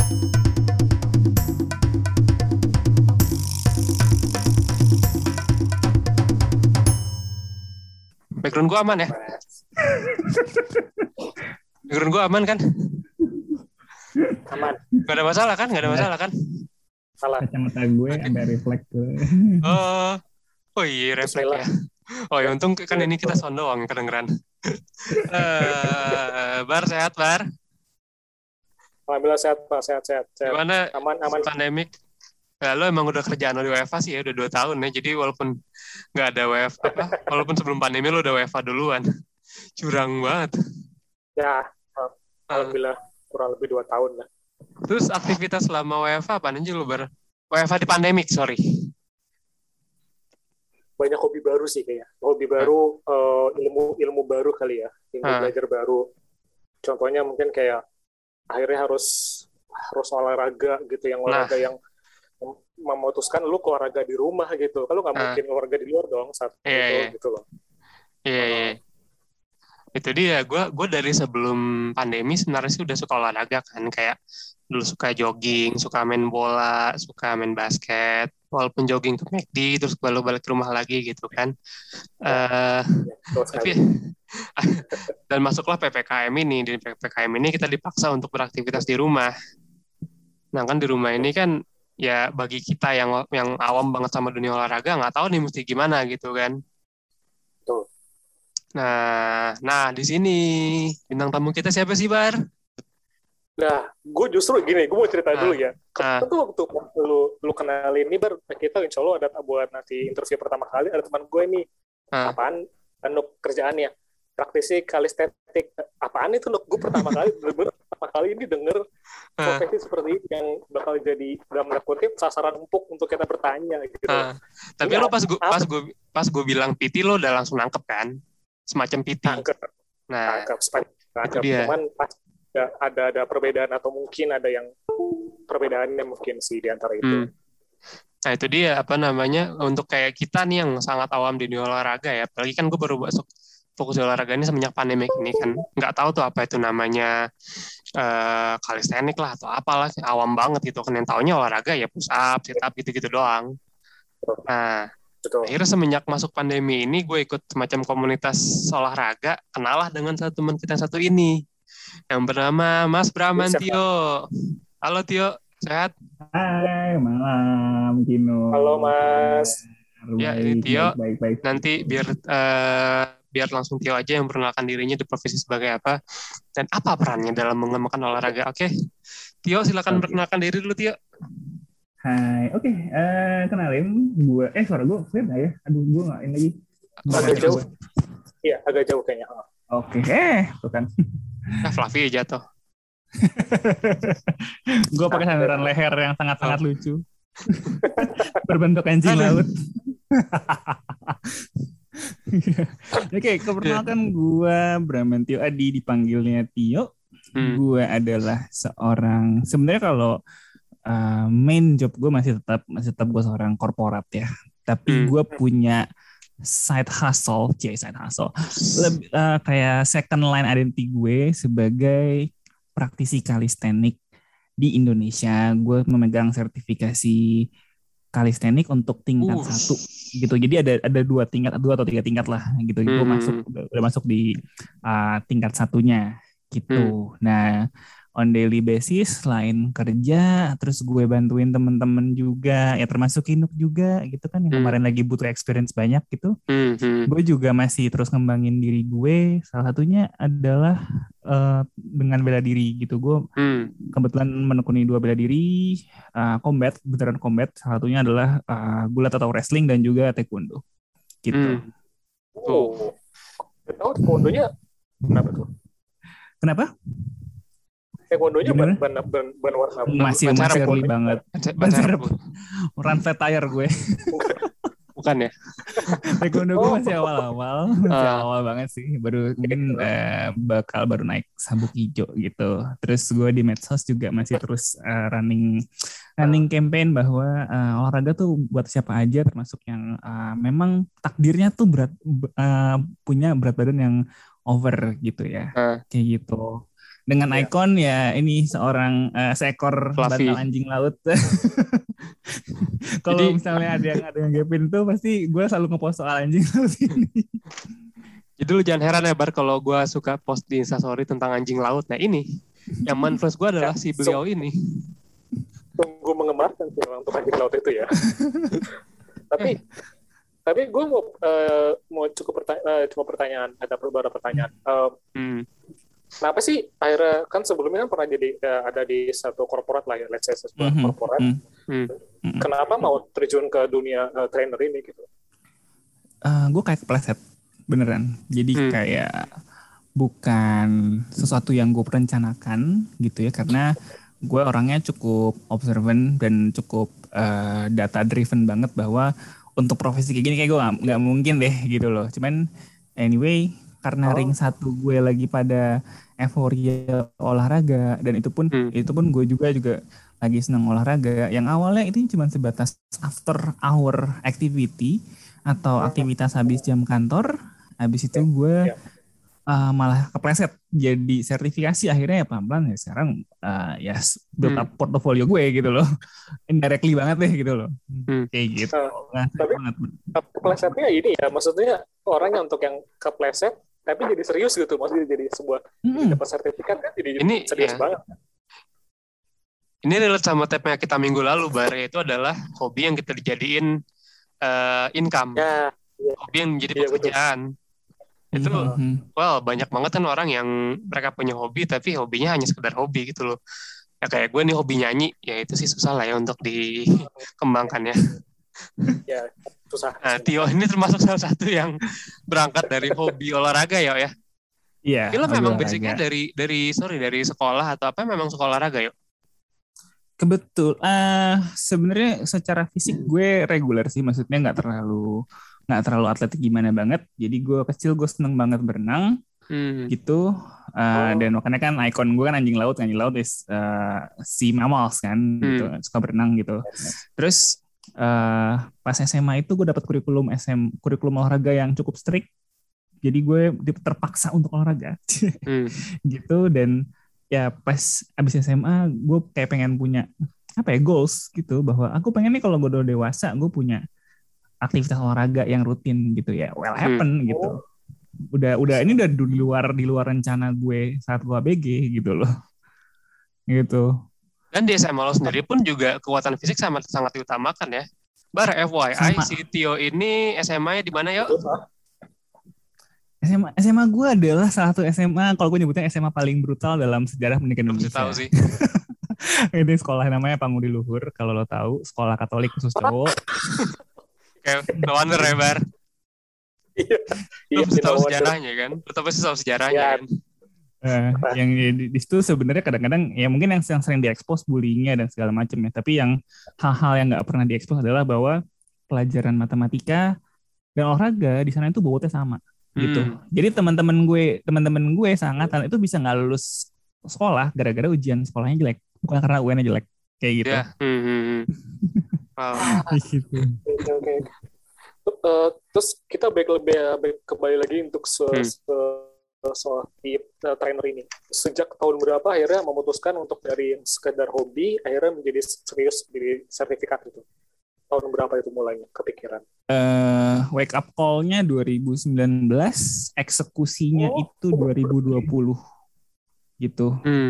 Background gue aman ya? Background gue aman kan? Aman. Gak ada masalah kan? Gak ada masalah kan? Salah. Kacamata gue ada refleks tuh. Oh iya refleks ya. Oh ya untung kan ini kita sound doang yang kedengeran. Bar sehat Bar? Alhamdulillah sehat Pak, sehat. Gimana Aman. Pandemik? Ya, lo emang udah kerjaan lo di WFA sih ya, udah 2 tahun ya. Jadi walaupun nggak ada WFA, walaupun sebelum pandemi lo udah WFA duluan. Curang banget. Ya, alhamdulillah kurang lebih 2 tahun lah. Terus aktivitas selama WFA apa aja lo Bar? WFA di pandemik, sorry. Banyak hobi baru sih kayaknya. Hobi baru, ilmu baru kali ya. Ilmu belajar baru. Contohnya mungkin kayak akhirnya harus olahraga gitu, yang olahraga yang memutuskan lu olahraga di rumah gitu. Kalau nggak mungkin olahraga di luar dong saat itu gitu loh. Iya. Itu dia, gue dari sebelum pandemi sebenarnya sih udah suka olahraga kan, kayak dulu suka jogging, suka main bola, suka main basket, walaupun jogging ke McD, terus balik ke rumah lagi gitu kan. Tapi dan masuklah PPKM ini. Di PPKM ini kita dipaksa untuk beraktivitas di rumah. Nah kan di rumah ini kan ya bagi kita yang awam banget sama dunia olahraga nggak tahu nih mesti gimana gitu kan. Betul. Nah di sini bintang tamu kita siapa sih Bar? Nah, gue justru gini, gue mau cerita dulu ya. Tentu waktu lu kenalin ini Bar, kita insya Allah ada buat nanti interview pertama kali, ada teman gue nih. Apaan? Kerjaannya praktisi kalistetik. Apaan itu Nuk? Gue pertama kali ini denger profesi seperti ini yang bakal jadi dalam tanda kutip sasaran empuk untuk kita bertanya gitu. Tapi lo pas gue bilang PT lo udah langsung nangkep kan? Semacam PT. Nangkep. Cuman pas ada perbedaan atau mungkin ada yang perbedaannya mungkin sih di antara itu. Nah itu dia apa namanya, untuk kayak kita nih yang sangat awam di dunia olahraga ya, apalagi kan gue baru masuk fokus di olahraga ini semenjak pandemi ini kan, nggak tahu tuh apa itu namanya kalistenik lah atau apalah, awam banget gitu kan, yang taunya olahraga ya push up, sit up gitu-gitu doang. Nah akhirnya semenjak masuk pandemi ini gue ikut semacam komunitas olahraga, kenalah dengan satu teman kita yang satu ini yang bernama Mas Bramantio. Halo Tio, sehat? Hai, malam Kino. Halo Mas. Ya ini Tio. Baik. Nanti biar langsung Tio aja yang memperkenalkan dirinya di profesi sebagai apa dan apa perannya dalam mengembangkan olahraga. Oke. Tio silakan perkenalkan diri dulu Tio. Hai, oke. Kenalin gue. Suara gue clear nggak ya? Aduh, gue nggak ini lagi. Agak jauh. Iya, agak jauh kayaknya. Oke, tuh kan. Fluffy jatuh. Gue pakai sandaran leher yang sangat-sangat lucu. Berbentuk anjing laut. Oke, keperkenalkan gue Bramantio Adi, dipanggilnya Tio. Gue adalah seorang, sebenarnya kalau main job gue masih tetap gue seorang korporat ya. Tapi gue punya side hustle. Kayak second line identity gue sebagai praktisi kalistenik di Indonesia. Gue memegang sertifikasi kalistenik untuk tingkat 1 gitu. Jadi ada 2 atau 3 tingkat lah gitu. Gue udah masuk di tingkat 1-nya gitu. Nah, on daily basis selain kerja, terus gue bantuin temen-temen juga, ya termasuk Inuk juga gitu kan, yang kemarin lagi butuh experience banyak gitu. Gue juga masih terus ngembangin diri gue. Salah satunya adalah dengan bela diri gitu. Gue kebetulan menekuni 2 bela diri, beneran combat. Salah satunya adalah gulat atau wrestling dan juga taekwondo gitu. Taekwondonya kenapa tuh? Kenapa? Taekwondonya ban warna masih early banget. Run flat tire gue. Bukan ya? Taekwondo gue masih awal-awal, banget sih. Baru mungkin baru naik sabuk hijau gitu. Terus gue di medsos juga masih terus running campaign bahwa olahraga tuh buat siapa aja, termasuk yang memang takdirnya tuh punya berat badan yang over gitu ya, kayak gitu. Dengan ikon ya ini seekor Fluffy. bantal anjing laut. Kalau misalnya ada yang gapin tuh pasti gue selalu ngepost soal anjing laut ini. Jadi lu jangan heran ya Bar kalau gue suka post di Instastory tentang anjing laut. Nah ini yang manifest gue adalah si beliau ini. Sungguh mengemaskan sih untuk anjing laut itu ya. Tapi gue mau cuma pertanyaan, ada beberapa pertanyaan. Kenapa sih akhirnya, kan sebelumnya kan pernah jadi ada di satu korporat lah ya, let's say sebuah korporat. Kenapa mau terjun ke dunia trainer ini gitu? Gue kayak kepleset beneran. Jadi kayak bukan sesuatu yang gue perencanakan gitu ya, karena gue orangnya cukup observant dan cukup data driven banget bahwa untuk profesi kayak gini kayak gue nggak mungkin deh gitu loh. Cuman anyway, karena ring 1 gue lagi pada euforia olahraga, dan itu pun gue juga lagi senang olahraga. Yang awalnya itu cuma sebatas after hour activity atau aktivitas habis jam kantor. Habis itu gue malah kepleset jadi sertifikasi. Akhirnya ya pelan-pelan ya sekarang ya build up portfolio gue gitu loh. Indirectly banget deh gitu loh. Kayak gitu. Tapi keplesetnya ini ya, maksudnya orang yang untuk yang kepleset tapi jadi serius gitu, maksudnya jadi sebuah dapat sertifikat kan jadi ini, serius banget. Ini relate sama tema kita minggu lalu, Bar, itu adalah hobi yang kita dijadiin income. Hobi yang menjadi pekerjaan. Itu banyak banget kan orang yang mereka punya hobi tapi hobinya hanya sekedar hobi gitu loh. Ya kayak gue nih hobi nyanyi, ya itu sih susah lah ya untuk dikembangkan ya. Ya susah. Nah, Tio ini termasuk salah satu yang berangkat dari hobi olahraga ya. Iya. Lo memang basicnya dari sekolah atau apa, memang sekolah olahraga yuk? Kebetul. Sebenarnya secara fisik gue reguler sih, maksudnya nggak terlalu atletik gimana banget. Jadi gue kecil gue seneng banget berenang gitu. Dan makanya kan ikon gue kan anjing laut is sea mammals kan gitu, suka berenang gitu. Terus pas SMA itu gue dapat kurikulum olahraga yang cukup strict. Jadi gue terpaksa untuk olahraga gitu. Dan ya pas abis SMA gue kayak pengen punya goals gitu, bahwa aku pengen nih kalau gue udah dewasa gue punya aktivitas olahraga yang rutin gitu ya. Well happen gitu. Udah ini udah di luar rencana gue saat gue ABG gitu loh. Gitu. Dan di SMA lo sendiri pun juga kekuatan fisik sangat diutamakan ya. Bar, FYI si Tio ini SMA-nya di mana yuk? SMA gue adalah salah satu SMA, kalau gue nyebutnya SMA paling brutal dalam sejarah pendidikan Indonesia. Tahu sih. Ini sekolah namanya Pangudi Luhur, kalau lo tahu, sekolah Katolik khusus cowok. Kayak no wonder ya, Bar. Lo pasti tahu sejarahnya kan? Lo pasti tahu sejarahnya kan? Yang di situ sebenarnya kadang-kadang ya mungkin yang sering diekspos bullyingnya dan segala macam ya, tapi yang hal-hal yang nggak pernah diekspos adalah bahwa pelajaran matematika dan olahraga di sana itu bobotnya sama gitu. Jadi teman-teman gue sangatan itu bisa nggak lulus sekolah gara-gara ujian sekolahnya jelek, bukan karena UN-nya jelek kayak gitu. Gitu. Terus kita kembali lagi untuk soal trainer ini. Sejak tahun berapa akhirnya memutuskan untuk dari yang sekedar hobi akhirnya menjadi serius di sertifikat itu? Tahun berapa itu mulainya kepikiran? Wake up call-nya 2019, eksekusinya itu 2020 gitu.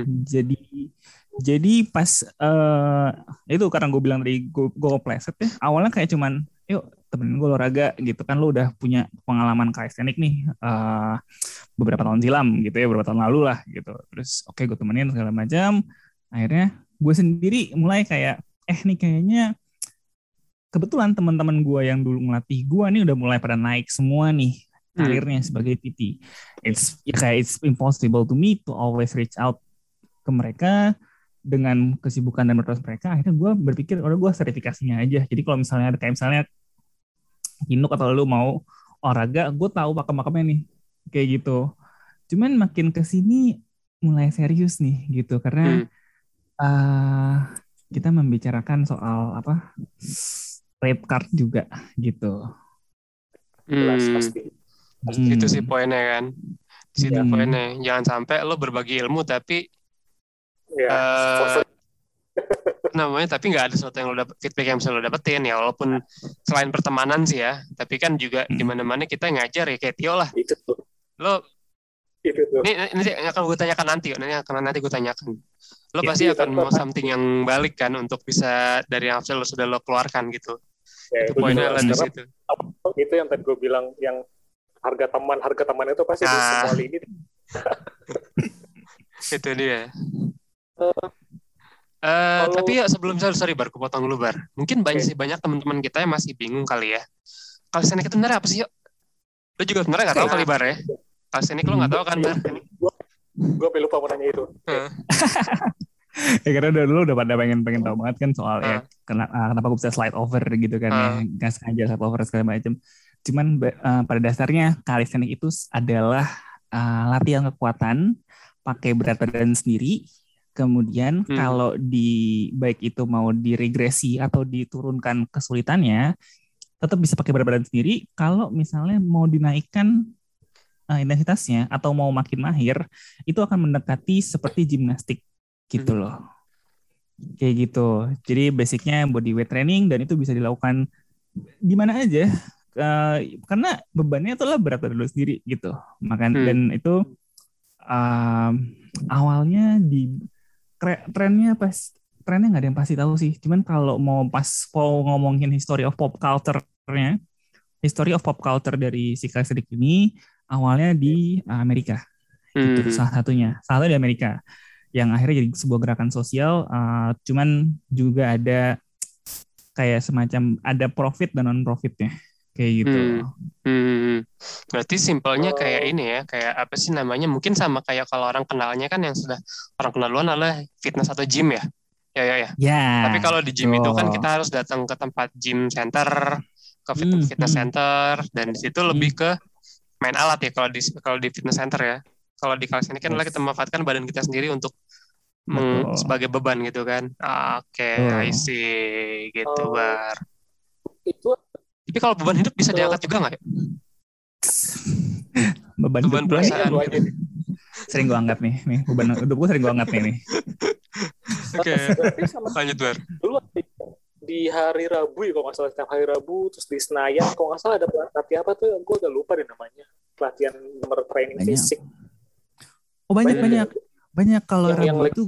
Jadi pas itu karena gue bilang tadi gue pleset ya. Awalnya kayak cuman yuk temenin gue olahraga gitu kan, lo udah punya pengalaman kalistenik nih beberapa tahun silam gitu ya, beberapa tahun lalu lah gitu. Terus oke, gue temenin segala macam. Akhirnya gue sendiri mulai kayak nih kayaknya kebetulan teman-teman gue yang dulu ngelatih gue nih udah mulai pada naik semua nih karirnya sebagai PT. It's impossible to me to always reach out ke mereka dengan kesibukan dan bertugas mereka. Akhirnya gue berpikir gue sertifikasinya aja. Jadi kalau misalnya ada kayak misalnya Kinuk atau lu mau olahraga, gue tahu pakem-pakemnya nih kayak gitu. Cuman makin kesini mulai serius nih gitu, karena kita membicarakan soal rate card juga gitu. Pasti. Itu sih poinnya kan. Di situ poinnya. Jangan sampai lo berbagi ilmu tapi namanya tapi nggak ada sesuatu yang lo dapet, feedback yang bisa lo dapetin ya, walaupun selain pertemanan sih ya, tapi kan juga di mana-mana kita ngajar ya kayak Tio lah. Itu tuh. Lo ini akan gue tanyakan nanti gue tanyakan. Lo pasti akan mau something yang balik kan untuk bisa dari yang lo sudah lo keluarkan gitu. Ya, itu poinnya lah di situ. Itu yang tadi gue bilang, yang harga teman itu pasti di semua lini. Itu dia. Tapi ya sebelum sorry Bar, aku potong dulu Bar. Mungkin banyak teman-teman kita yang masih bingung kali ya. Calisthenics itu sebenarnya apa sih, yuk? Lo juga sebenarnya nggak tahu kali Bar ya. Calisthenics lo nggak tahu kan Bar? Gue lupa mau nanya itu. Ya karena dulu udah pada pengen tahu banget kan soal ya kenapa gue bisa slide over gitu kan ya, nggak sengaja slide over segala macam. Cuman pada dasarnya calisthenics itu adalah latihan kekuatan pakai berat badan sendiri. Kemudian kalau baik itu mau diregresi atau diturunkan kesulitannya, tetap bisa pakai berat badan sendiri. Kalau misalnya mau dinaikkan intensitasnya atau mau makin mahir, itu akan mendekati seperti gimnastik gitu loh. Kayak gitu. Jadi basicnya body weight training, dan itu bisa dilakukan di mana aja. Karena bebannya itulah berat badan lu sendiri gitu. Dan itu awalnya trennya nggak ada yang pasti tahu sih. Cuman kalau mau ngomongin history of pop culture dari si calisthenics ini awalnya di Amerika. Gitu, salah satunya di Amerika, yang akhirnya jadi sebuah gerakan sosial. Cuman juga ada kayak semacam ada profit dan non profitnya kayak gitu. Berarti simpelnya kayak ini ya, kayak apa sih namanya, mungkin sama kayak kalau orang kenalnya kan yang sudah orang kenal duluan adalah fitness atau gym ya. Ya. Tapi kalau di gym itu kan kita harus datang ke tempat gym center, ke fitness center, dan di situ lebih ke main alat ya kalau di fitness center ya. Kalau di calisthenics kan kita memanfaatkan badan kita sendiri untuk sebagai beban gitu kan. Oke, I see gitu Bar. Tapi kalau beban hidup bisa diangkat juga nggak ya? Beban perusahaan. Sering gue angkat nih. Beban hidup gue sering gue angkat nih. Oke, lanjut Bar. Dulu di hari Rabu ya, kalau nggak salah, setiap hari Rabu, terus di Senayan, kalau nggak salah ada pelatihan apa tuh, gue udah lupa deh namanya. Pelatihan nomor training fisik. Oh banyak kalau Rabu itu.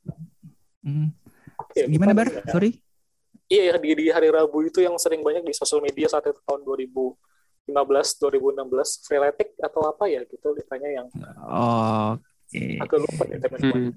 Gimana Bar? Sorry. Iya, di hari Rabu itu yang sering banyak di sosial media saat itu tahun 2015-2016, freeletic atau apa ya gitu, ditanya yang agak lupa ya teman-teman.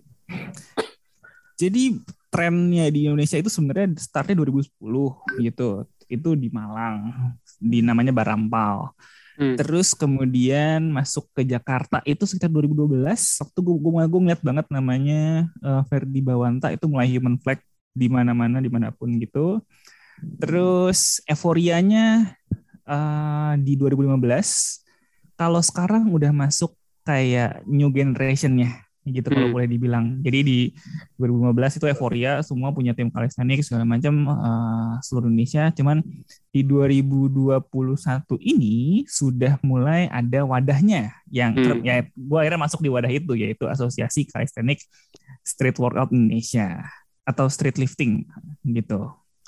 Jadi trennya di Indonesia itu sebenarnya startnya 2010 gitu. Itu di Malang, namanya Barampal. Terus kemudian masuk ke Jakarta itu sekitar 2012. Waktu gue ngeliat banget namanya Ferdi Bawanta itu mulai human flag di mana-mana dimanapun gitu. Terus euforianya di 2015. Kalau sekarang udah masuk kayak new generation-nya gitu kalau boleh dibilang. Jadi di 2015 itu euforia, semua punya tim calisthenics segala macam seluruh Indonesia. Cuman di 2021 ini sudah mulai ada wadahnya yang ya gue akhirnya masuk di wadah itu, yaitu Asosiasi Calisthenics Street Workout Indonesia atau street lifting gitu.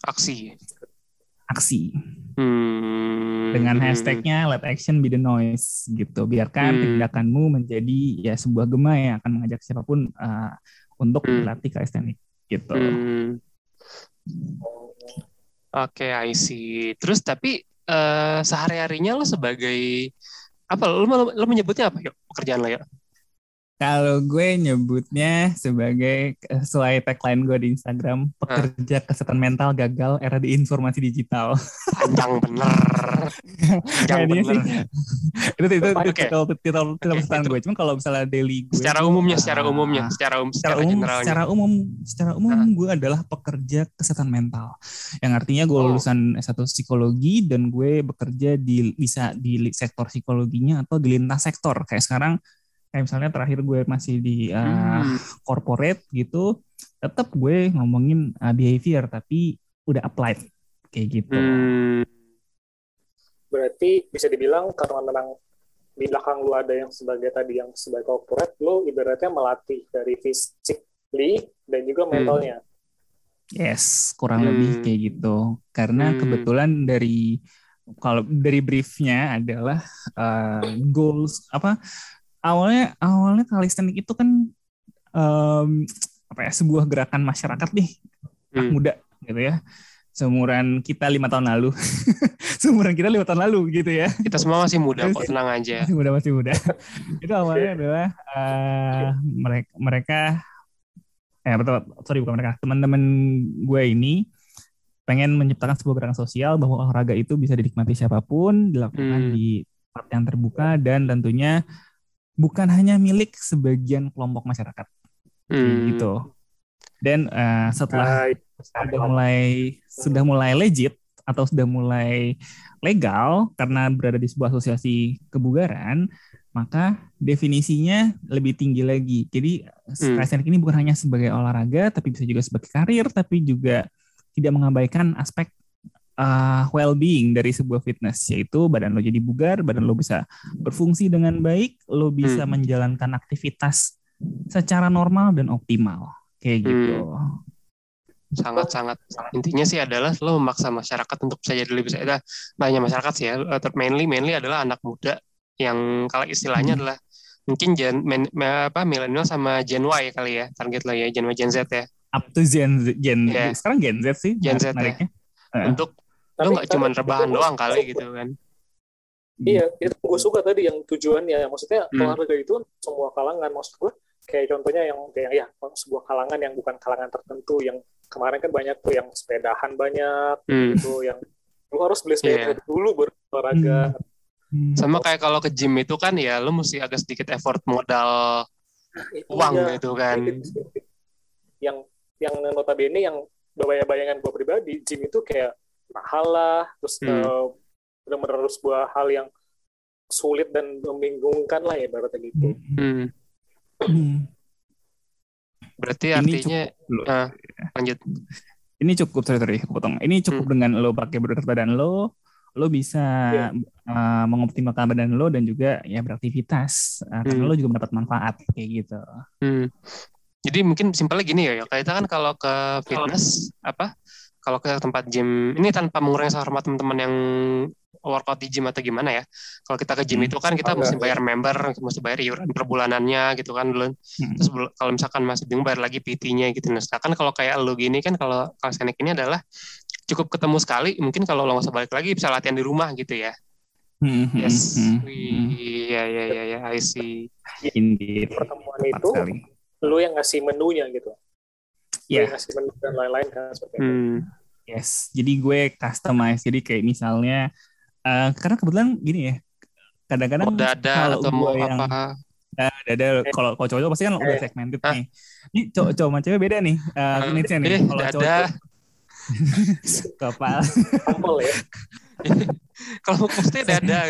Aksi. Dengan hashtagnya Let Action Be The Noise gitu. Biarkan tindakanmu menjadi ya sebuah gema yang akan mengajak siapapun untuk berlatih calisthenics gitu. Oke, I see. Terus tapi sehari-harinya lo sebagai apa? Lo menyebutnya apa yuk pekerjaan lo ya? Kalau gue nyebutnya sebagai, sesuai tagline gue di Instagram, pekerja kesehatan mental gagal era di informasi digital. Panjang bener. Itu titel pesan gue. Cuma kalau misalnya daily gue, secara umum gue adalah pekerja kesehatan mental. Yang artinya gue lulusan S1 psikologi dan gue bekerja bisa di sektor psikologinya atau di lintas sektor. Kayak sekarang, kayak misalnya terakhir gue masih di corporate gitu, tetap gue ngomongin behavior tapi udah applied kayak gitu. Berarti bisa dibilang karena memang di belakang lu ada yang sebagai tadi yang sebagai corporate, lu ibaratnya melatih dari physically dan juga mentalnya. Yes, kurang lebih kayak gitu. Karena kebetulan kalau dari briefnya adalah goals apa awalnya calisthenics itu kan sebuah gerakan masyarakat nih anak muda gitu ya. Seumuran kita 5 tahun lalu. Seumuran kita 5 tahun lalu gitu ya. Kita semua masih muda kok, tenang aja. Masih muda. Itu awalnya adalah mereka bukan mereka, teman-teman gue ini pengen menciptakan sebuah gerakan sosial bahwa olahraga itu bisa dinikmati siapapun, dilakukan di tempat yang terbuka dan tentunya bukan hanya milik sebagian kelompok masyarakat. Gitu. Dan setelah sudah mulai legit atau sudah mulai legal karena berada di sebuah asosiasi kebugaran, maka definisinya lebih tinggi lagi. Jadi calisthenics ini bukan hanya sebagai olahraga, tapi bisa juga sebagai karir, tapi juga tidak mengabaikan aspek well-being dari sebuah fitness, yaitu badan lo jadi bugar, badan lo bisa berfungsi dengan baik, lo bisa menjalankan aktivitas secara normal dan optimal, kayak gitu. Sangat-sangat intinya sih adalah lo memaksa masyarakat untuk bisa jadi lebih banyak masyarakat sih ya, mainly adalah anak muda yang kalau istilahnya adalah mungkin milenial sama Gen Y kali ya, target lo ya, Gen Y Gen Z ya. Up to sekarang Gen Z sih. Gen Z ya. Untuk lo nggak cuma rebahan doang kali gitu kan. Iya, itu gue suka tadi yang tujuannya. Maksudnya olahraga itu semua kalangan. Maksud gue kayak contohnya yang sebuah kalangan yang bukan kalangan tertentu, yang kemarin kan banyak tuh yang sepedahan banyak gitu, yang lo harus beli sepeda dulu berolahraga. Sama kayak kalau ke gym itu kan ya lo mesti agak sedikit effort modal uang gitu kan. Yang notabene yang bayangan gue pribadi, gym itu kayak mahal lah, terus benar-benar sebuah hal yang sulit dan membingungkan lah ya ibaratnya gitu. Berarti artinya lanjut. Ini cukup, sorry, aku potong. Ini cukup dengan lo pakai berat badan lo bisa mengoptimalkan badan lo dan juga ya beraktivitas karena lo juga mendapat manfaat kayak gitu. Jadi mungkin simpelnya gini ya, kita kan kalau ke fitness kalau ke tempat gym ini tanpa mengurangi hormat teman-teman yang workout di gym atau gimana ya. Kalau kita ke gym itu kan kita mesti bayar member, mesti bayar iuran per bulanannya gitu kan dulu. Terus kalau misalkan masih bingung bayar lagi PT-nya gitu. Nah, kan kalau kayak lo gini kan kalau calisthenics ini adalah cukup ketemu sekali, mungkin kalau lo nggak usah balik lagi bisa latihan di rumah gitu ya. Yes. Ya, I see. Di pertemuan itu lo yang ngasih menunya gitu. Lo yang ngasih menu dan lain-lain kan seperti itu. Yes, jadi gue customize. Jadi kayak misalnya karena kebetulan gini ya, kadang-kadang kalau atau mau yang dada, kalau cowok pasti kan udah segmented nih. Ini cowok sama cewek beda nih needs-nya nih. Kalau cowok kepala ampel ya. Kalau pasti dada.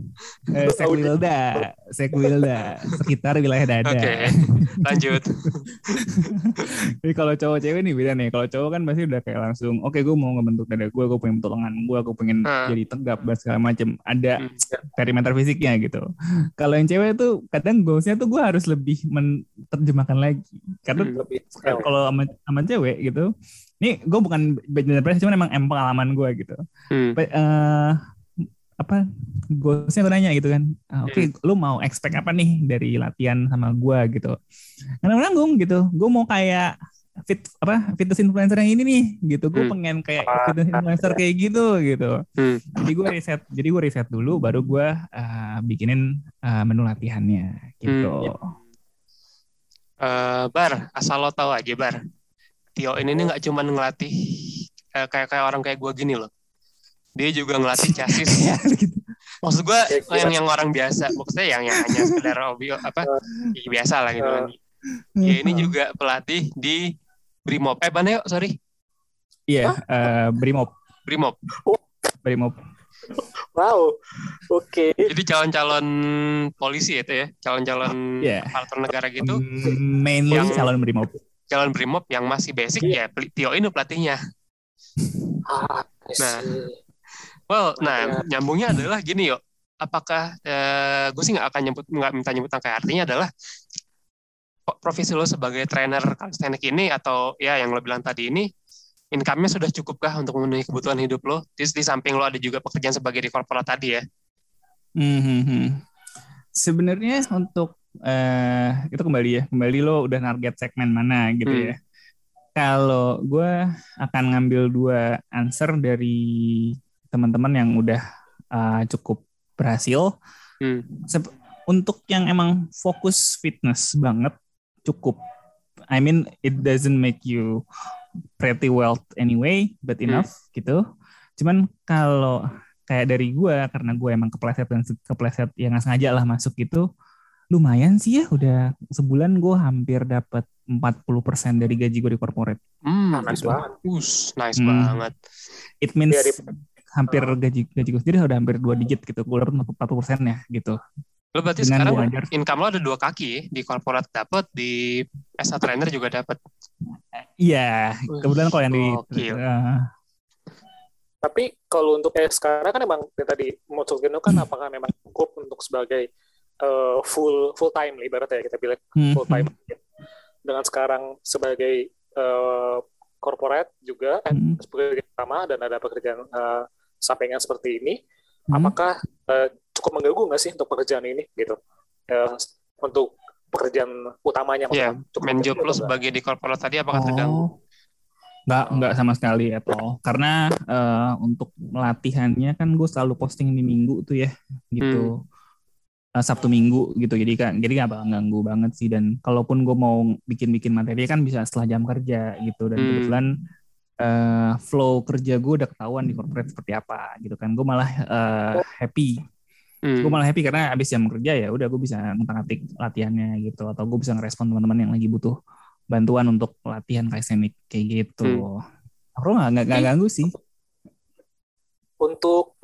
Sekwilda, sekitar wilayah dada. Oke, lanjut. Jadi kalau cowok cewek nih beda nih. Kalau cowok kan pasti udah kayak langsung, oke, gue mau ngebentuk dada gue pengen bentuk lengan gue pengen jadi tegap dan segala macem. Ada perimeter fisiknya gitu. Kalau yang cewek tuh kadang goalsnya tuh gue harus lebih menerjemahkan lagi. Karena kalau sama cewek gitu, ini gue bukan benar-benar cuman emang pengalaman gue gitu. Goalsnya gue nanya gitu kan, oke, lu mau expect apa nih dari latihan sama gue gitu. Karena nanggung gitu, gue mau kayak fitness influencer yang ini nih gitu, gue pengen kayak fitness influencer kayak gitu. Jadi gue riset dulu, baru gue bikinin menu latihannya gitu. Bar, asal lo tahu aja Bar, Tio ini nggak cuma ngelatih kayak orang kayak gue gini loh. Dia juga ngelatih chassis. Maksud gue yang orang biasa, maksudnya yang hanya sekedar hobi biasa lah gitu kan. Ya ini juga pelatih di Brimob. Mana yuk, sorry. Iya, Brimob. Wow, oke. Jadi calon-calon polisi itu ya, calon-calon aparatur negara gitu. Mainly calon Brimob. Calon Brimob yang masih basic ya, Tio ini pelatihnya. Nah, nyambungnya adalah gini yuk. apakah gue sih nggak minta nyebut angka, artinya adalah profesi lo sebagai trainer calisthenics ini atau ya yang lo bilang tadi ini income-nya sudah cukupkah untuk memenuhi kebutuhan hidup lo? Di samping lo ada juga pekerjaan sebagai di korporat tadi ya. Sebenarnya untuk itu kembali lo udah target segmen mana gitu ya. Kalau gue akan ngambil 2 answer dari teman-teman yang udah cukup berhasil. Untuk yang emang fokus fitness banget cukup. I mean it doesn't make you pretty well anyway, but enough gitu. Cuman kalau kayak dari gue, karena gue emang kepleset yang nggak sengaja lah masuk gitu, lumayan sih ya, udah sebulan gue hampir dapat 40% dari gaji gue di corporate. Nice gitu. banget. Nice banget. It means hampir gaji gue sendiri udah hampir 2 digit gitu. Gue dapat 40% ya gitu. Lo berarti dengan sekarang income lo ada 2 kaki ya? Di corporate dapat, di as a trainer juga dapat. Iya, kebetulan kalau yang di tapi kalau untuk sekarang kan emang tadi maksudnya kan apakah memang cukup untuk sebagai full time ibaratnya kita bilang full time dengan sekarang sebagai corporate juga sebagai utama dan ada pekerjaan sampingan seperti ini, apakah cukup mengganggu nggak sih untuk pekerjaan ini gitu untuk pekerjaan utamanya? Main job lo sebagai di corporate tadi apakah terganggu? Nggak sama sekali atau karena untuk latihannya kan gue selalu posting di minggu tuh ya gitu. Sabtu Minggu gitu, jadi nggak bakal ganggu banget sih. Dan kalaupun gue mau bikin materi kan bisa setelah jam kerja gitu. Dan kebetulan flow kerja gue udah ketahuan di corporate seperti apa gitu kan. Gue malah happy. Gue malah happy karena abis jam kerja ya udah gue bisa ngutak-ngatik latihannya gitu, atau gue bisa ngerespon teman-teman yang lagi butuh bantuan untuk latihan calisthenics kayak gitu. Aku nggak ganggu sih. Untuk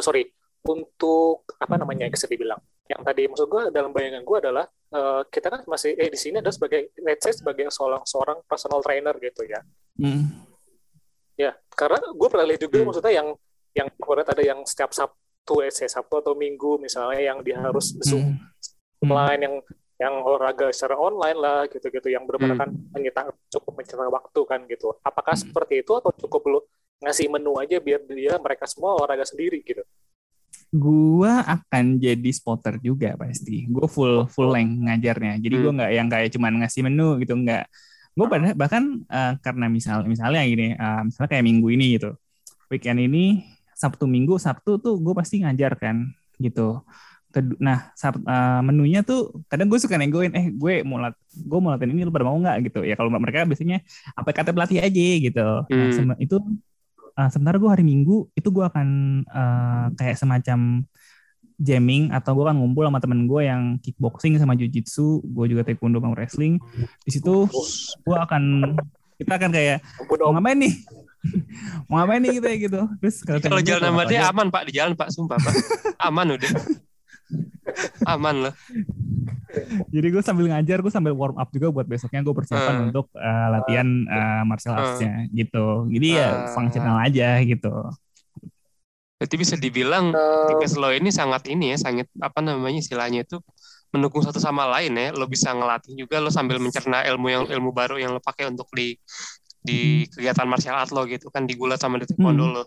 apa namanya bisa dibilang yang tadi maksud gue dalam bayangan gue adalah kita kan masih di sini ada sebagai let's say sebagai seorang personal trainer gitu ya. Ya karena gue pernah lihat juga maksudnya yang corporate ada yang setiap Sabtu atau Minggu misalnya yang dia harus Zoom online yang olahraga secara online lah gitu-gitu yang benar-benar kan cukup menyita waktu kan gitu. Apakah seperti itu atau cukup lu ngasih menu aja biar mereka semua olahraga sendiri gitu? Gua akan jadi spotter juga pasti. Gue full length ngajarnya. Jadi gue nggak yang kayak cuman ngasih menu gitu, nggak. Gue bahkan karena misalnya gini, misalnya kayak minggu ini gitu, weekend ini Sabtu tuh gue pasti ngajar kan gitu. Nah menunya tuh kadang gue suka negoin, gue mau latihan ini, lu pada mau nggak gitu ya. Kalau mereka biasanya apa kata pelatih aja gitu. Nah itu sementara gue hari Minggu itu gue akan kayak semacam jamming, atau gue akan ngumpul sama temen gue yang kickboxing sama jiu-jitsu, gue juga taekwondo sama wrestling. Di situ kita akan kayak mau ngapain nih gitu ya gitu. Terus kalau jalan sama dia aman Pak, di jalan Pak, sumpah Pak. Aman udah. Aman loh. Jadi gue sambil ngajar, gue sambil warm up juga buat besoknya gue persiapan untuk latihan martial arts-nya gitu. Jadi ya fungsional aja gitu. Berarti bisa dibilang fitness lo ini sangat apa namanya istilahnya itu mendukung satu sama lain ya. Lo bisa ngelatih juga, lo sambil mencerna ilmu baru yang lo pakai untuk di kegiatan martial art lo gitu kan, digulat sama di taekwondo lo.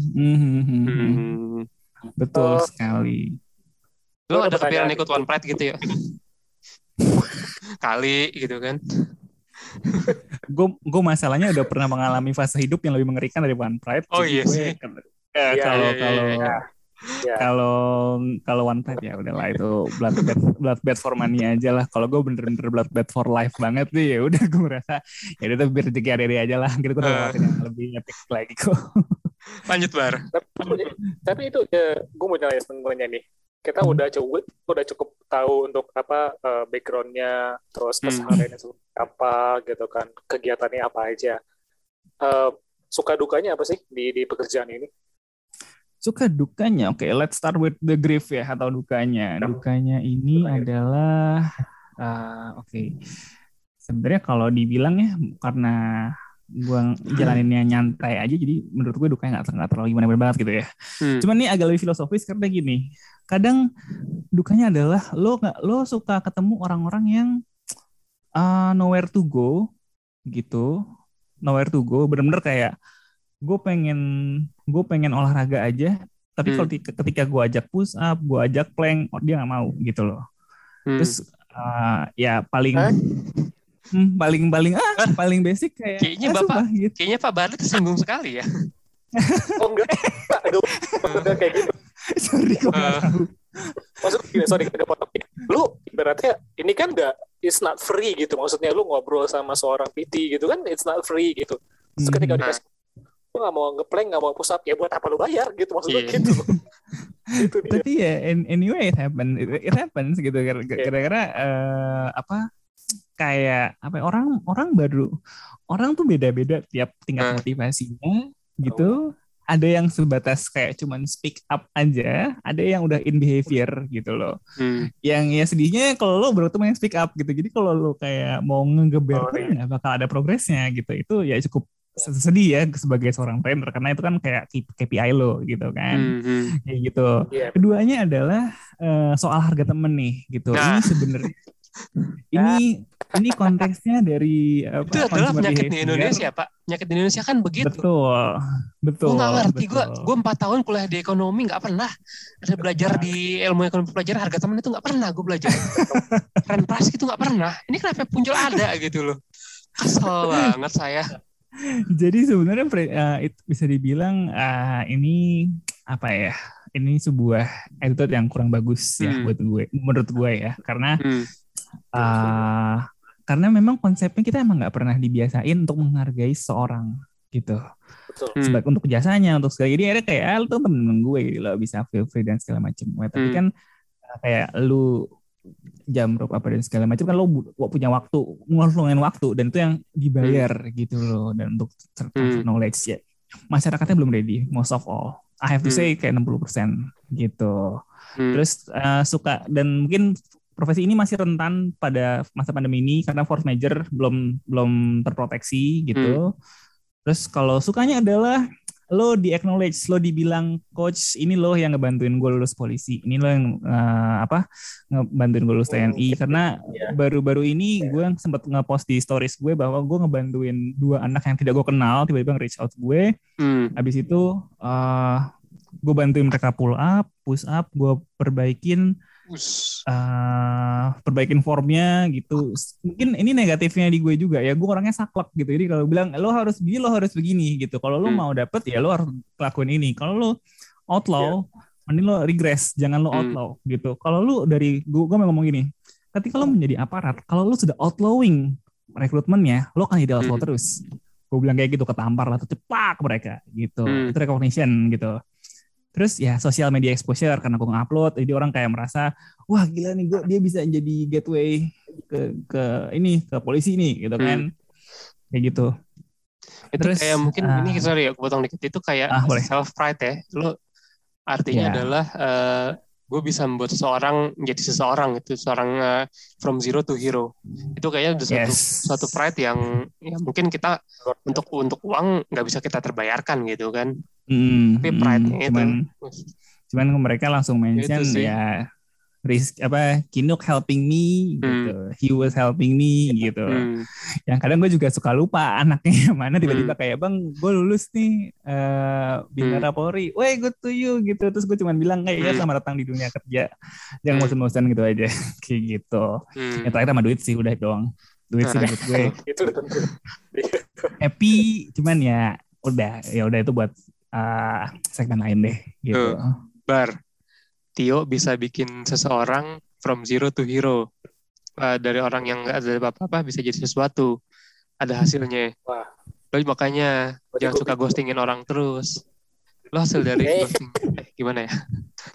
Betul sekali. Lo ada kepikiran ikut One Pride gitu ya? Kali gitu kan. Gue masalahnya udah pernah mengalami fase hidup yang lebih mengerikan dari One Pride. Oh iya sih. Kalau One Pride ya udahlah, itu blood for money aja lah. Kalau gue bener-bener blood for life banget nih, ya udah gue merasa ya udah biar rezeki hari aja lah. Gitu gue udah lewatin yang lebih epic lagi kok. Lanjut Bar. Tapi itu gue mau nanya sebenarnya nih. Kita udah cukup tahu untuk apa background-nya, terus kesehariannya seperti apa gitu kan, kegiatannya apa aja. Suka dukanya apa sih di pekerjaan ini? Suka dukanya, oke, let's start with the grief ya, atau dukanya. Dukanya ini adalah sebenarnya kalau dibilang ya, karena jalaninnya nyantai aja, jadi menurut gue dukanya nggak terlalu gimana banget gitu ya. Cuman nih agak lebih filosofis karena gini, kadang dukanya adalah lo suka ketemu orang-orang yang nowhere to go gitu, nowhere to go, bener-bener kayak gue pengen olahraga aja, tapi kalau ketika gue ajak push up, gue ajak plank, dia nggak mau gitu loh. Terus ya paling basic kayak gitu. Kayaknya Pak Barli tersinggung sekali ya. Oh enggak kayak gitu. Sorry kok nggak tahu. Maksudnya sorry ada potong. Lu ibaratnya ini kan enggak, it's not free gitu. Maksudnya lu ngobrol sama seorang PT gitu kan, it's not free gitu. Terus ketika dikasih, lu nggak mau ngeplank, nggak mau push up, ya buat apa lu bayar gitu, maksudnya gitu. Gitu tapi ya anyway it happens gitu gara-gara kayak orang tuh beda-beda tiap tingkat motivasinya gitu. Ada yang sebatas kayak cuman speak up aja, ada yang udah in behavior gitu loh. Yang ya sedihnya kalau lo baru tuh main speak up gitu. Jadi kalau lo kayak mau ngegeber pun nggak bakal ada progresnya gitu. Itu ya cukup sedih ya sebagai seorang trainer, karena itu kan kayak KPI lo gitu kan. Kayak gitu. Keduanya adalah soal harga temen nih gitu. Ini sebenarnya ini konteksnya dari itu adalah penyakit di Indonesia, Pak. Penyakit di Indonesia kan begitu. Betul. Gue nggak ngerti. Gue 4 tahun kuliah di ekonomi nggak pernah ada belajar di ilmu ekonomi, pelajaran harga teman itu nggak pernah gue belajar. Rent price itu nggak pernah. Ini kenapa muncul ada gitu loh? Kesel banget saya. Jadi sebenarnya itu bisa dibilang ini apa ya? Ini sebuah attitude yang kurang bagus ya buat gue, menurut gue ya, karena memang konsepnya kita emang nggak pernah dibiasain untuk menghargai seorang gitu. Sebagai untuk jasanya, untuk segala, jadi ada kayak lu tuh temen gue gitu, lo bisa feel free dan segala macam. Tapi kan kayak lu jam rope apa dan segala macam kan lo punya waktu, ngulangin waktu, dan itu yang dibayar gitu loh. Dan untuk transfer knowledge ya masyarakatnya belum ready, most of all. I have to say kayak 60% gitu. Terus suka, dan mungkin profesi ini masih rentan pada masa pandemi ini karena force major belum terproteksi gitu. Terus kalau sukanya adalah lo di acknowledge, lo dibilang coach ini lo yang ngebantuin gue lulus polisi, ini lo yang ngebantuin gue lulus TNI, karena baru-baru ini gue sempat ngepost di stories gue bahwa gue ngebantuin 2 anak yang tidak gue kenal tiba-tiba nge-reach out gue. Habis itu gue bantuin mereka pull up, push up, gue perbaikin formnya gitu. Mungkin ini negatifnya di gue juga ya, gue orangnya saklek gitu. Jadi kalau bilang lo harus begini gitu, kalau lo mau dapet ya lo harus lakuin ini. Kalau lo outlaw, mending lo regress, jangan lo outlaw gitu. Kalau lo dari gue mau ngomong gini, ketika lo menjadi aparat, kalau lo sudah outlawing rekrutmennya, lo kan jadi outlaw terus. Gue bilang kayak gitu, ketampar lah tuh, cepak mereka gitu. Itu recognition gitu. Terus ya sosial media exposure, karena gue ngupload, jadi orang kayak merasa wah gila nih dia bisa jadi gateway ke polisi nih gitu kan. Kayak gitu. Itu terus, kayak mungkin ini sorry ya, potong dikit, itu kayak self pride ya. Lo artinya adalah gue bisa membuat seseorang menjadi seseorang, itu seorang from zero to hero. Itu kayaknya udah suatu pride yang mungkin kita untuk uang nggak bisa kita terbayarkan gitu kan. Tapi pride-nya cuman mereka langsung mention ya Kinuk helping me gitu, he was helping me gitu. Yang kadang gue juga suka lupa anaknya yang mana, tiba-tiba kayak bang gue lulus nih Bintara Polri, wey good to you gitu. Terus gue cuman bilang kayak ya selamat datang di dunia kerja, jangan bosan-bosan gitu aja kayak gitu. Yang terakhir sama duit sih, udah doang duit sih menurut gue. Itu udah tentu happy, cuman ya udah itu buat segmen lain deh gitu. Tio bisa bikin seseorang from zero to hero, dari orang yang nggak ada apa-apa bisa jadi sesuatu, ada hasilnya. Lo makanya jangan suka ghostingin orang terus. Lo hasil dari ghosting. Gimana ya?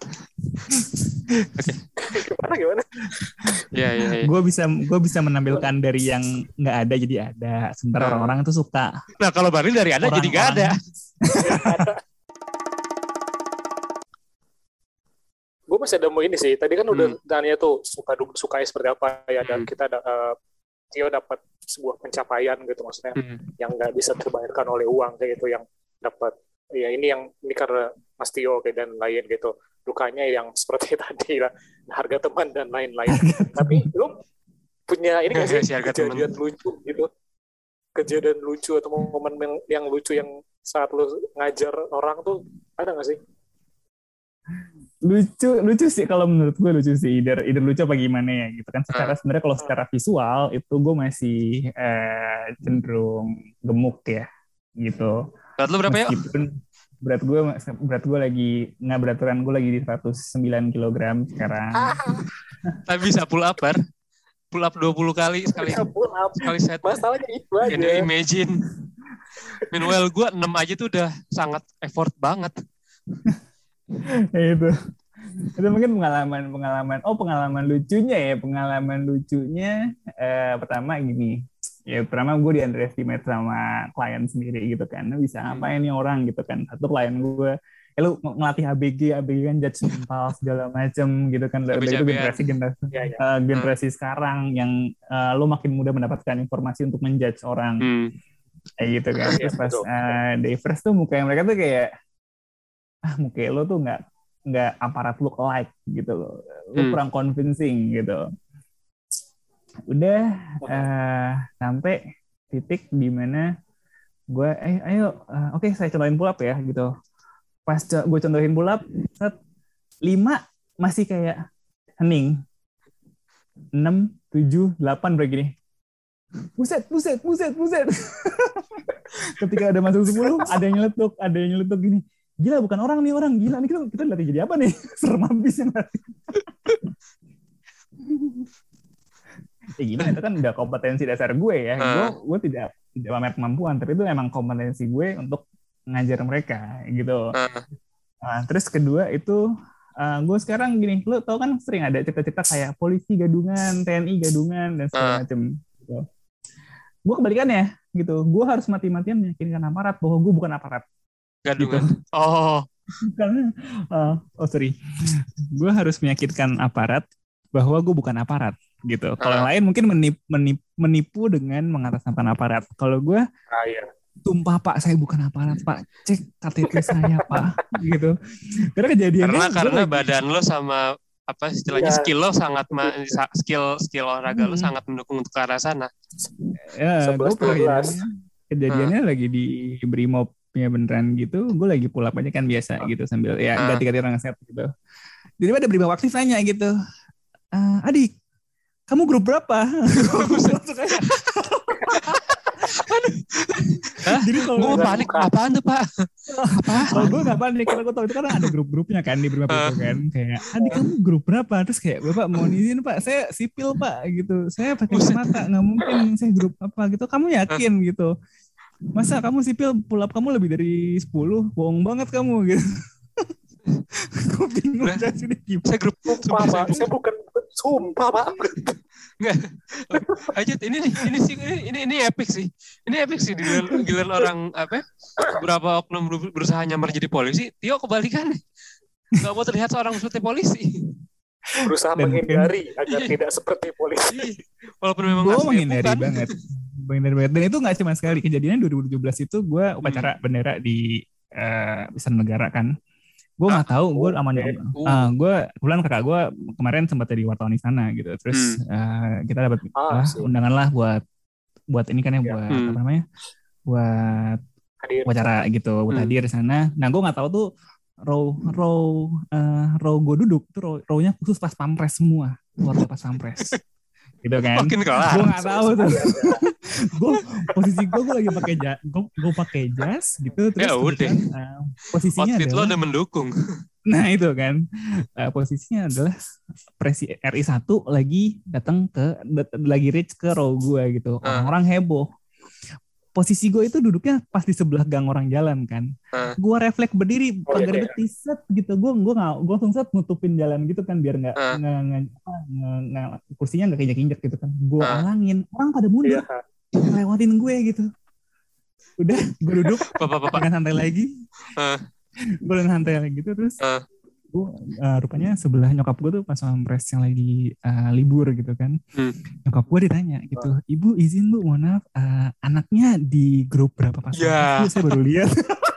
Gimana? Ya. Gue bisa menampilkan dari yang nggak ada jadi ada. Sementara orang-orang itu suka. Nah kalau Barli dari ada jadi nggak ada. Gue masih ada mau ini sih. Tadi kan udah tanya tuh suka seperti apa ya, dan kita ada Tio dapat sebuah pencapaian gitu, maksudnya yang nggak bisa terbayarkan oleh uang kayak gitu, yang dapat ya ini karena Mas Tio kayak dan lain gitu, dukanya yang seperti tadi lah, harga teman dan lain-lain. Tapi lu punya ini nggak sih kejadian lucu gitu, kejadian lucu atau momen yang lucu yang saat lu ngajar orang tuh ada nggak sih? Lucu sih, kalau menurut gue lucu sih, either lucu apa gimana ya gitu kan. Sebenarnya kalau secara visual itu gue masih cenderung gemuk ya gitu. Berat lu berapa ya? Meskipun berat gue lagi nggak, beraturan gue lagi di 109 kg sekarang. Tapi bisa pull up 20 kali sekali set. Masalahnya itu aja. Can you imagine? Meanwhile gue 6 aja tuh udah sangat effort banget. Itu mungkin pengalaman lucunya pertama gini ya, pertama gue di underestimate sama klien sendiri gitu kan, bisa ngapain nih orang gitu kan. Satu klien gue lu ngelatih ABG kan judgmental segala macem gitu kan, itu generasi sekarang yang lu makin mudah mendapatkan informasi untuk menjudge orang kayak gitu kan. Terus pas day first tuh muka mereka tuh kayak muka lo tuh nggak aparat look like gitu loh, lo kurang convincing gitu. Udah sampai titik di mana gue oke, saya contohin pull up ya gitu. Pas gue contohin pull up 5 masih kayak hening, 6, 7, 8 begini. Buset. Ketika ada masuk 10, ada yang nyeletuk gini. Gila, bukan orang nih, gila nih, kita latih jadi apa nih? Serem habis yang latih. Ya gimana, itu kan udah kompetensi dasar gue ya. Gue tidak pamer kemampuan, tapi itu emang kompetensi gue untuk ngajar mereka gitu. Terus kedua itu gue sekarang gini, lo tau kan sering ada cerita-cerita kayak polisi gadungan, TNI gadungan dan segala macem gitu. Gue kebalikannya gitu, gue harus mati-matian meyakinkan aparat bahwa gue bukan aparat. Gadungan. Gitu. Karena sorry, gue harus meyakinkan aparat bahwa gue bukan aparat gitu. Kalau yang lain mungkin menipu dengan mengatasnamakan aparat. Kalau gue sumpah Pak, saya bukan aparat Pak, cek KTP saya Pak gitu. Karena kejadiannya karena badan lo sama apa istilahnya skill lo sangat skill olahraga lo sangat mendukung untuk ke arah sana. Ya, gue kejadiannya lagi di Brimob ya beneran gitu, gue lagi pull up aja kan biasa gitu sambil ya ganti-ganti orang set gitu. Jadi ada Brimob aktif nanya gitu, adik, kamu grup berapa? Jadi kalau gue panik, apaan tuh Pak? Kalau gue nggak panik, karena gue tahu itu kan ada grup-grupnya kan di Brimob itu kan, kayak adik kamu grup berapa? Terus kayak Bapak mohon izin Pak, saya sipil Pak gitu, saya pakai kacamata, nggak mungkin saya grup apa gitu. Kamu yakin gitu? Masa kamu sipil pull up kamu lebih dari 10? Bohong banget kamu gitu. Gue bingung aja sih gimana. Saya grup sumpah Pak, saya bukan sumpah Pak. Enggak. Ajit ini epic sih. Ini epic sih giliran orang apa? Beberapa oknum berusaha nyamar jadi polisi, Tio kebalikannya. Enggak mau terlihat seorang seperti polisi. Berusaha menghindari agar tidak seperti polisi. Walaupun memang gue menghindari banget. Dan itu nggak cuma sekali, kejadiannya 2017 itu gue upacara bendera di Istana Negara kan. Gue nggak tahu, gue gue kebetulan kakak gue kemarin sempat jadi wartawan di sana gitu. Terus kita dapat undangan lah buat ini kan ya, buat apa namanya, buat upacara gitu, buat hadir di sana. Nah gue nggak tahu tuh row gue duduk tuh row-nya khusus pas pampres semua, keluarga pas pampres. Gitu kan. Makin kelar. Gue nggak tahu tuh. Posisi gue lagi pakai jas, gue pakai jas gitu. Terus ya udah. Posisinya outfit adalah, lo udah mendukung. Nah itu kan, posisinya adalah RI 1 lagi lagi reach ke row gue gitu. Orang-orang heboh. Posisi gue itu duduknya pas di sebelah gang orang jalan kan. Gue refleks berdiri pagar beti set gitu. Gue langsung set nutupin jalan gitu kan biar nggak kursinya nggak keinjak-injak gitu kan. Gue alangin, orang pada mundur, lewatin gue gitu. Udah gue duduk dengan santai lagi. Gue dengan santai lagi gitu terus rupanya sebelah nyokap gue tuh pas pampres yang lagi libur gitu kan. Nyokap gue ditanya gitu, ibu izin bu, mohon maaf, anaknya di grup berapa pas pampres? Saya baru lihat.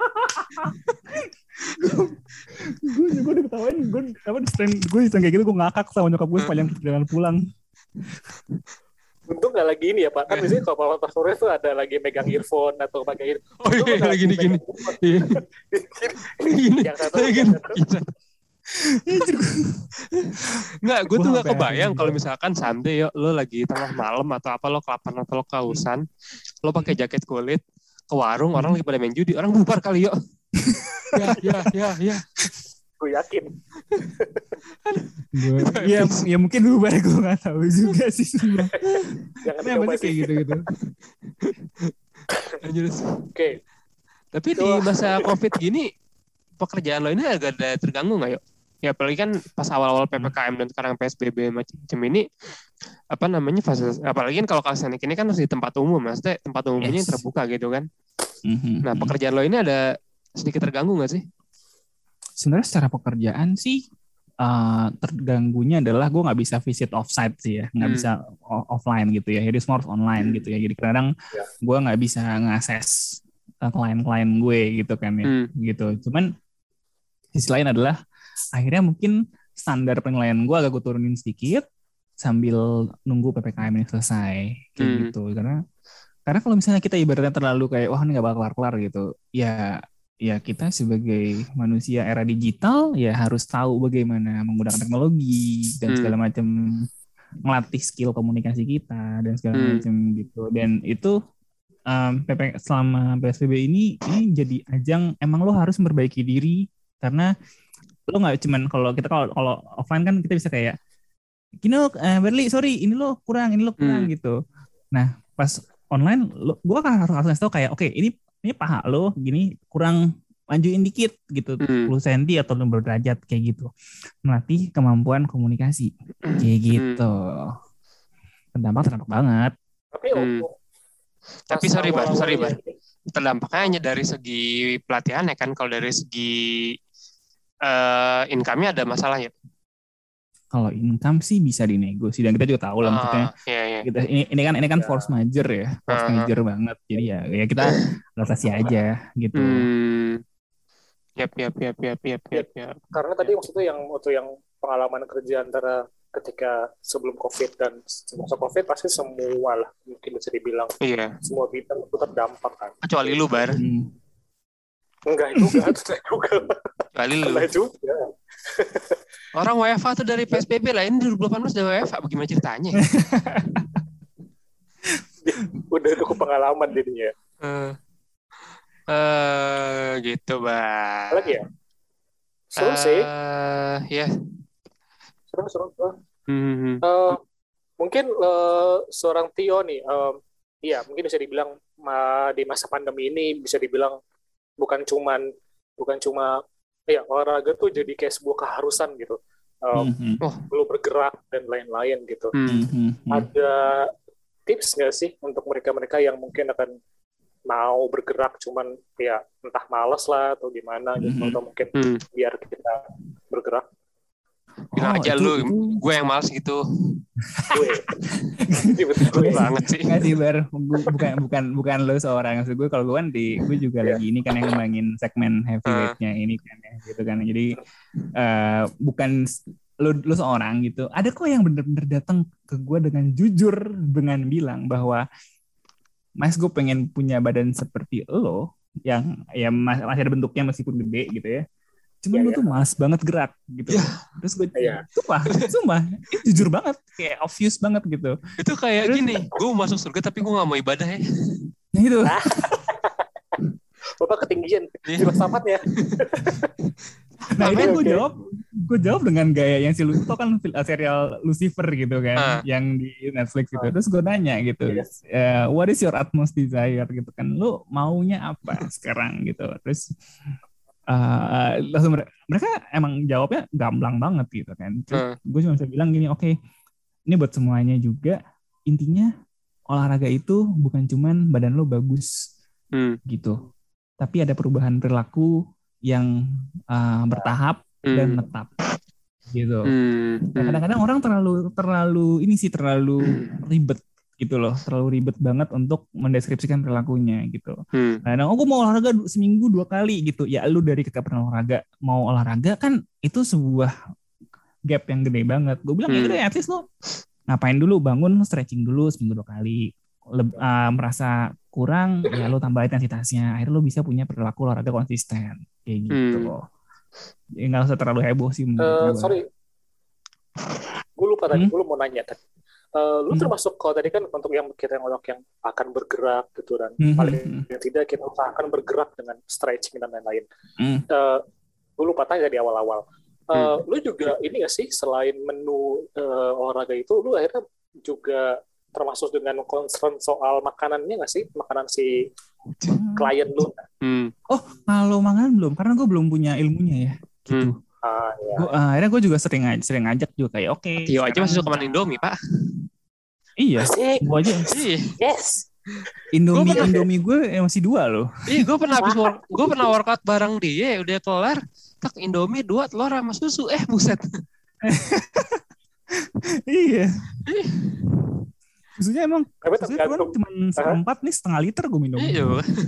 gue diketawain, gue kayak gitu, gue ngakak sama nyokap gue sepanjang perjalanan pulang. Untung gak lagi ini ya Pak, kan biasanya kalau pas sore tuh ada lagi megang earphone atau pakai earphone. Oh iya, lagi gini. Yang satu Nggak, gue tuh nggak kebayang kalau misalkan someday yuk lo lagi tengah malam atau apa, lo kelaparan atau lo kehausan, lo pakai jaket kulit ke warung, orang lagi pada main judi, orang bubar kali yuk. Ya. Gue yakin. Ya mungkin bubar, gue nggak tahu juga sih. Jangan coba kayak gitu. Oke. Tapi di masa COVID gini, pekerjaan lo ini agak ada terganggu nggak yuk? Ya apalagi kan pas awal-awal PPKM dan sekarang PSBB macam ini, apa namanya, apalagi kan kalau kalian ini kan harus di tempat umum, maksudnya tempat umumnya yang terbuka gitu kan. Nah pekerjaan lo ini ada sedikit terganggu nggak sih? Sebenarnya secara pekerjaan sih terganggunya adalah gue nggak bisa visit offsite sih ya, nggak bisa offline gitu ya, jadi smart online gitu ya. Jadi kadang gue nggak bisa ngakses klien-klien gue gitu kan ya, gitu. Cuman sisi lain adalah akhirnya mungkin standar penilaian gue agak gue turunin sedikit sambil nunggu PPKM ini selesai kayak gitu. Karena kalau misalnya kita ibaratnya terlalu kayak wah ini nggak bakal kelar gitu ya kita sebagai manusia era digital ya harus tahu bagaimana menggunakan teknologi dan segala macam, ngelatih skill komunikasi kita dan segala macam gitu. Dan itu selama PSBB ini jadi ajang emang lo harus memperbaiki diri, karena lo nggak cuman kalau offline kan kita bisa kayak gini lo Berli sorry ini lo kurang gitu. Nah pas online gue harus ngasih tau kayak oke, ini paha lo gini kurang, majuin dikit gitu 10 cm atau 60 derajat kayak gitu, melatih kemampuan komunikasi kayak gitu. Terdampak banget. Tapi sorry Bar, terdampaknya hanya dari segi pelatihan ya kan, kalau dari segi income-nya ada masalah ya? Kalau income sih bisa dinegosi dan kita juga tahu lah maksudnya. Kita, ini kan force major ya, force major banget. Jadi ya kita adaptasi aja gitu. Yap. Karena tadi maksudnya yang pengalaman kerja antara ketika sebelum COVID dan semasa COVID pasti semua lah mungkin bisa dibilang semua bidang itu terdampak kan. Kecuali lu Bar. Enggak juga. Kecuali lu. Juga. Orang WFA tuh dari PSBB lah, ini 2018 udah WFA, bagaimana ceritanya? Udah cukup pengalaman jadinya. Gitu Bang. Lagi ya? Seru sih. Ya. Seru. Mungkin seorang Tio nih, mungkin bisa dibilang di masa pandemi ini bisa dibilang bukan cuma olahraga tuh jadi kayak sebuah keharusan gitu. Perlu bergerak dan lain-lain gitu. Ada tips nggak sih untuk mereka-mereka yang mungkin akan mau bergerak cuman ya entah malas lah atau gimana gitu, atau mungkin biar kita bergerak? Bilang aja gue yang malas gitu. Betul banget sih. Nggak sih Bar, bukan lo seorang. Maksud gue kalau gue kan gue juga lagi ini kan yang ngembangin segmen heavyweight-nya ini kan ya gitu kan. Jadi bukan lo seorang gitu. Ada kok yang bener-bener datang ke gue dengan jujur dengan bilang bahwa Mas gue pengen punya badan seperti lo yang ya masih ada bentuknya meskipun gede gitu ya. Cuman gue tuh malas banget gerak gitu. Terus gue sumpah itu jujur banget, kayak obvious banget gitu. Itu kayak gini, gue mau masuk surga tapi gue gak mau ibadah ya. Nah itu. Bapak ketinggian filsafat ya. Nah itu gue jawab dengan gaya yang lu tau kan serial Lucifer gitu kan, yang di Netflix gitu. Terus gue nanya gitu, what is your utmost desire gitu kan, lu maunya apa sekarang gitu. Terus langsung mereka emang jawabnya gamblang banget gitu kan. Gue cuma bisa bilang gini, oke, ini buat semuanya juga, intinya olahraga itu bukan cuman badan lo bagus gitu, tapi ada perubahan perilaku yang bertahap dan menetap gitu. Nah, kadang-kadang orang terlalu ribet gitu loh, terlalu ribet banget untuk mendeskripsikan perilakunya gitu. Nah, gue mau olahraga seminggu 2 kali gitu. Ya lu dari kagak pernah olahraga mau olahraga kan itu sebuah gap yang gede banget. Gue bilang ya udah, at least lo ngapain dulu, bangun stretching dulu seminggu 2 kali. Merasa kurang ya lo tambah intensitasnya. Akhirnya lo bisa punya perilaku olahraga konsisten kayak gitu. Ya, nggak usah terlalu heboh sih menurut gue. Sorry, gue lupa tadi, gue mau nanya tadi. Lu termasuk kalau tadi kan untuk yang kita orang yang akan bergerak gitu dan paling tidak kita usahakan bergerak dengan stretching dan lain-lain. Gue lupa tanya di awal-awal. Lu juga ini nggak sih selain menu olahraga itu, lu akhirnya juga termasuk dengan concern soal makanannya nggak sih, makanan si klien lu? Oh, kalau makanan belum, karena gue belum punya ilmunya ya, gitu. Ya. Akhirnya gue juga sering ngajak juga kayak oke. Tio aja masih suka makan Indomie, Pak. Iya, gue aja. Yes. Indomie gue masih 2 loh. Iya, gue pernah workout bareng dia, udah kelar, tak Indomie 2 telur sama susu, buset. Iya. Susunya emang cuma 1/4 nih, setengah liter gue minum. Iya.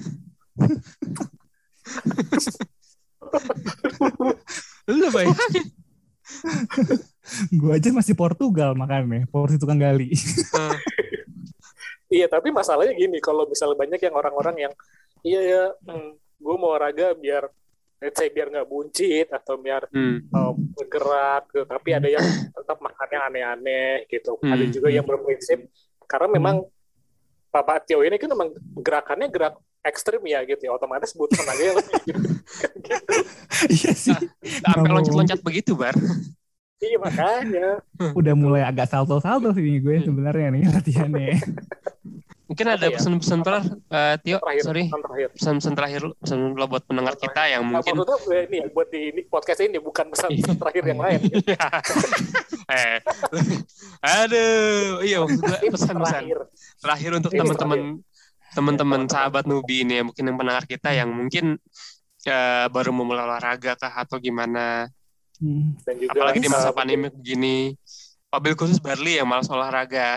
Lu bayangin. Gue aja masih Portugal makannya, porsi tukang gali. Iya, tapi masalahnya gini, kalau misalnya banyak yang orang-orang yang gue mau olahraga biar nggak buncit atau biar bergerak, tapi ada yang tetap makannya aneh-aneh gitu. Ada juga yang berprinsip karena memang Bapak Tio ini kan memang gerakannya gerak ekstrim ya gitu ya, otomatis butuh tenaga yang lebih gitu. Iya sih. Sampai loncat-loncat begitu, Bar. Iya, makanya. Udah mulai agak salto-salto sih gue sebenarnya nih latihannya. Mungkin ada pesan-pesan terakhir, Tio, pesan-pesan terakhir lo buat pendengar kita yang mungkin. Maksudnya ini ya, buat di podcast ini bukan pesan-pesan terakhir yang lain. Aduh, iya maksud gue pesan-pesan terakhir untuk teman-teman sahabat Nubi ini ya, mungkin yang pendengar kita yang mungkin baru memulai olahraga kah atau gimana. Dan juga apalagi di masa pandemi begini, mobil khusus Barley yang malas olahraga.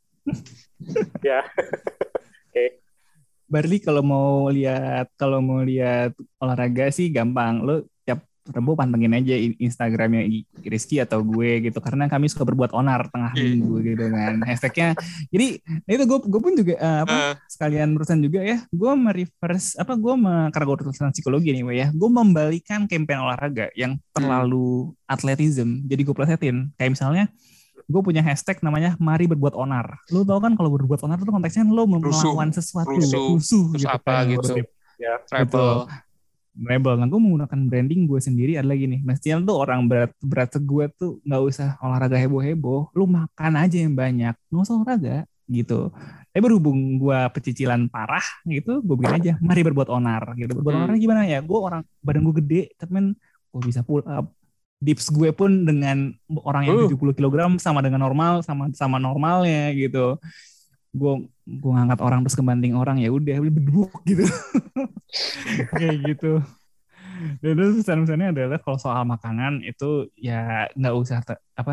Ya. Oke. Barley kalau mau lihat olahraga sih gampang. Lo tiap Rebo pantengin aja Instagramnya Rizky atau gue gitu, karena kami suka berbuat onar tengah minggu gitu kan. Hashtagnya. Jadi itu gue pun juga sekalian berurusan juga ya. Gue karena gue urusan psikologi nih ya. Gue membalikan campaign olahraga yang terlalu atletism. Jadi gue plesetin. Kayak misalnya gue punya hashtag namanya Mari Berbuat Onar. Lu tau kan kalau berbuat onar itu konteksnya lo melawan sesuatu, rusuh gitu apa kan, gitu. Ya, rebel. Nah, gue menggunakan branding gue sendiri adalah gini. Mestinya tuh orang berat gue tuh nggak usah olahraga heboh-heboh. Lu makan aja yang banyak, nggak usah olahraga gitu. Tapi berhubung gue pecicilan parah gitu, gue bikin aja Mari Berbuat Onar gitu. Berbuat onar gimana ya? Gue badan gue gede, tapi gue bisa pull up. Dips gue pun dengan orang yang 70 kg sama dengan normal, sama normalnya gitu. Gue ngangkat orang terus kebanting orang, ya udah beduk gitu. Kayak gitu. Dan terus pesan-pesannya adalah kalau soal makanan itu ya nggak usah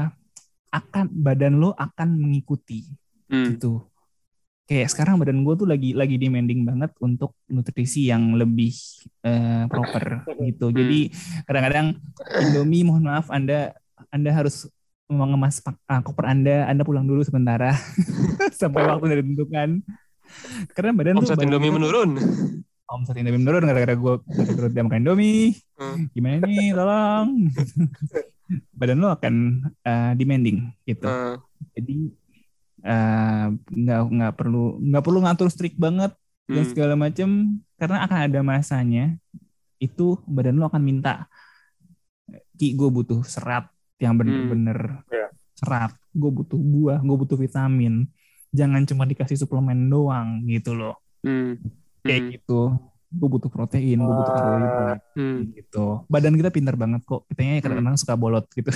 badan lo akan mengikuti gitu. Kayak sekarang badan gue tuh lagi demanding banget untuk nutrisi yang lebih proper gitu. Jadi kadang-kadang Indomie, mohon maaf, Anda harus mengemas koper Anda pulang dulu sementara sampai waktu yang ditentukan. Karena badan omset Indomie menurun. Omset Indomie menurun gara-gara gue tidak makan Indomie. Gimana nih, tolong. Badan lo akan demanding gitu. Jadi nggak perlu ngatur strict banget dan segala macam, karena akan ada masanya itu badan lo akan minta, Ki, gue butuh serat yang bener-bener serat, gue butuh buah, gue butuh vitamin, jangan cuma dikasih suplemen doang gitu loh. Kayak gitu, gue butuh protein, gue butuh karbohidrat gitu. Badan kita pintar banget kok, kitanya kadang-kadang suka bolot gitu.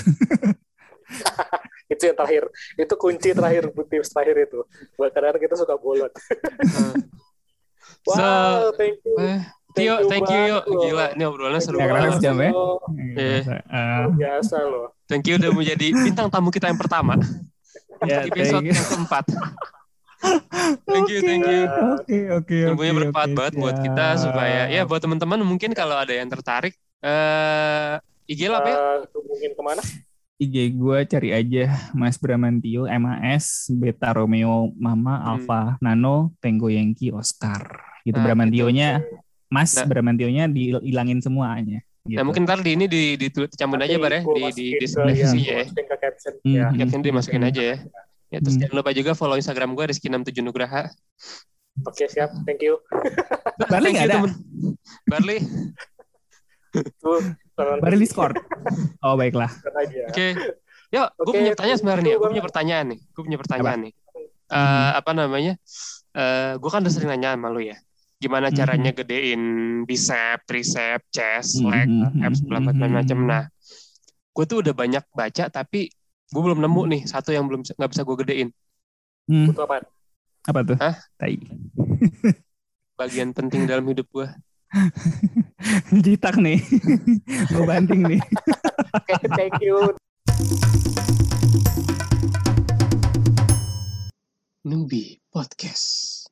Itu yang terakhir, itu kunci terakhir, tips terakhir itu. Buat kadang kita suka bolot. Wow, thank you. Tio, thank you yuk. Gila, ini obrolannya seru banget. Jam ya. Biasa loh. Thank you udah menjadi bintang tamu kita yang pertama. Ya, episode yang keempat. Thank you. Oke. Semuanya bermanfaat banget buat kita supaya ya buat teman-teman mungkin kalau ada yang tertarik IG lo apa ya? Mungkin kemana? IG gue cari aja Mas Bramantio, MAS Beta Romeo Mama Alpha Nano Tango Yankee Oscar. Gitu Bramantionya gitu. Mas Bramantionya dihilangin semuanya. Gitu. Nah mungkin ntar di ini dicampur aja Bar ya di deskripsinya ya. Caption dimasukin aja ya. Ya terus jangan lupa juga follow Instagram gue Rizky67Nugraha. Oke siap, thank you. Barley nggak ada. Barley. Barley Discord. Oh baiklah. Oke. Yuk, gue punya pertanyaan sebenarnya. Gue punya pertanyaan nih. Apa namanya? Gue kan udah sering nanya sama lu ya. Gimana caranya gedein bicep, tricep, chest, leg, abs, macam-macam. Nah, gue tuh udah banyak baca tapi gue belum nemu nih satu yang nggak bisa gue gedein. Itu apa? Apa tuh? Hah? Tai. Bagian penting dalam hidup gue. Jitak nih. Gue banting nih. Thank you. Nubi Podcast.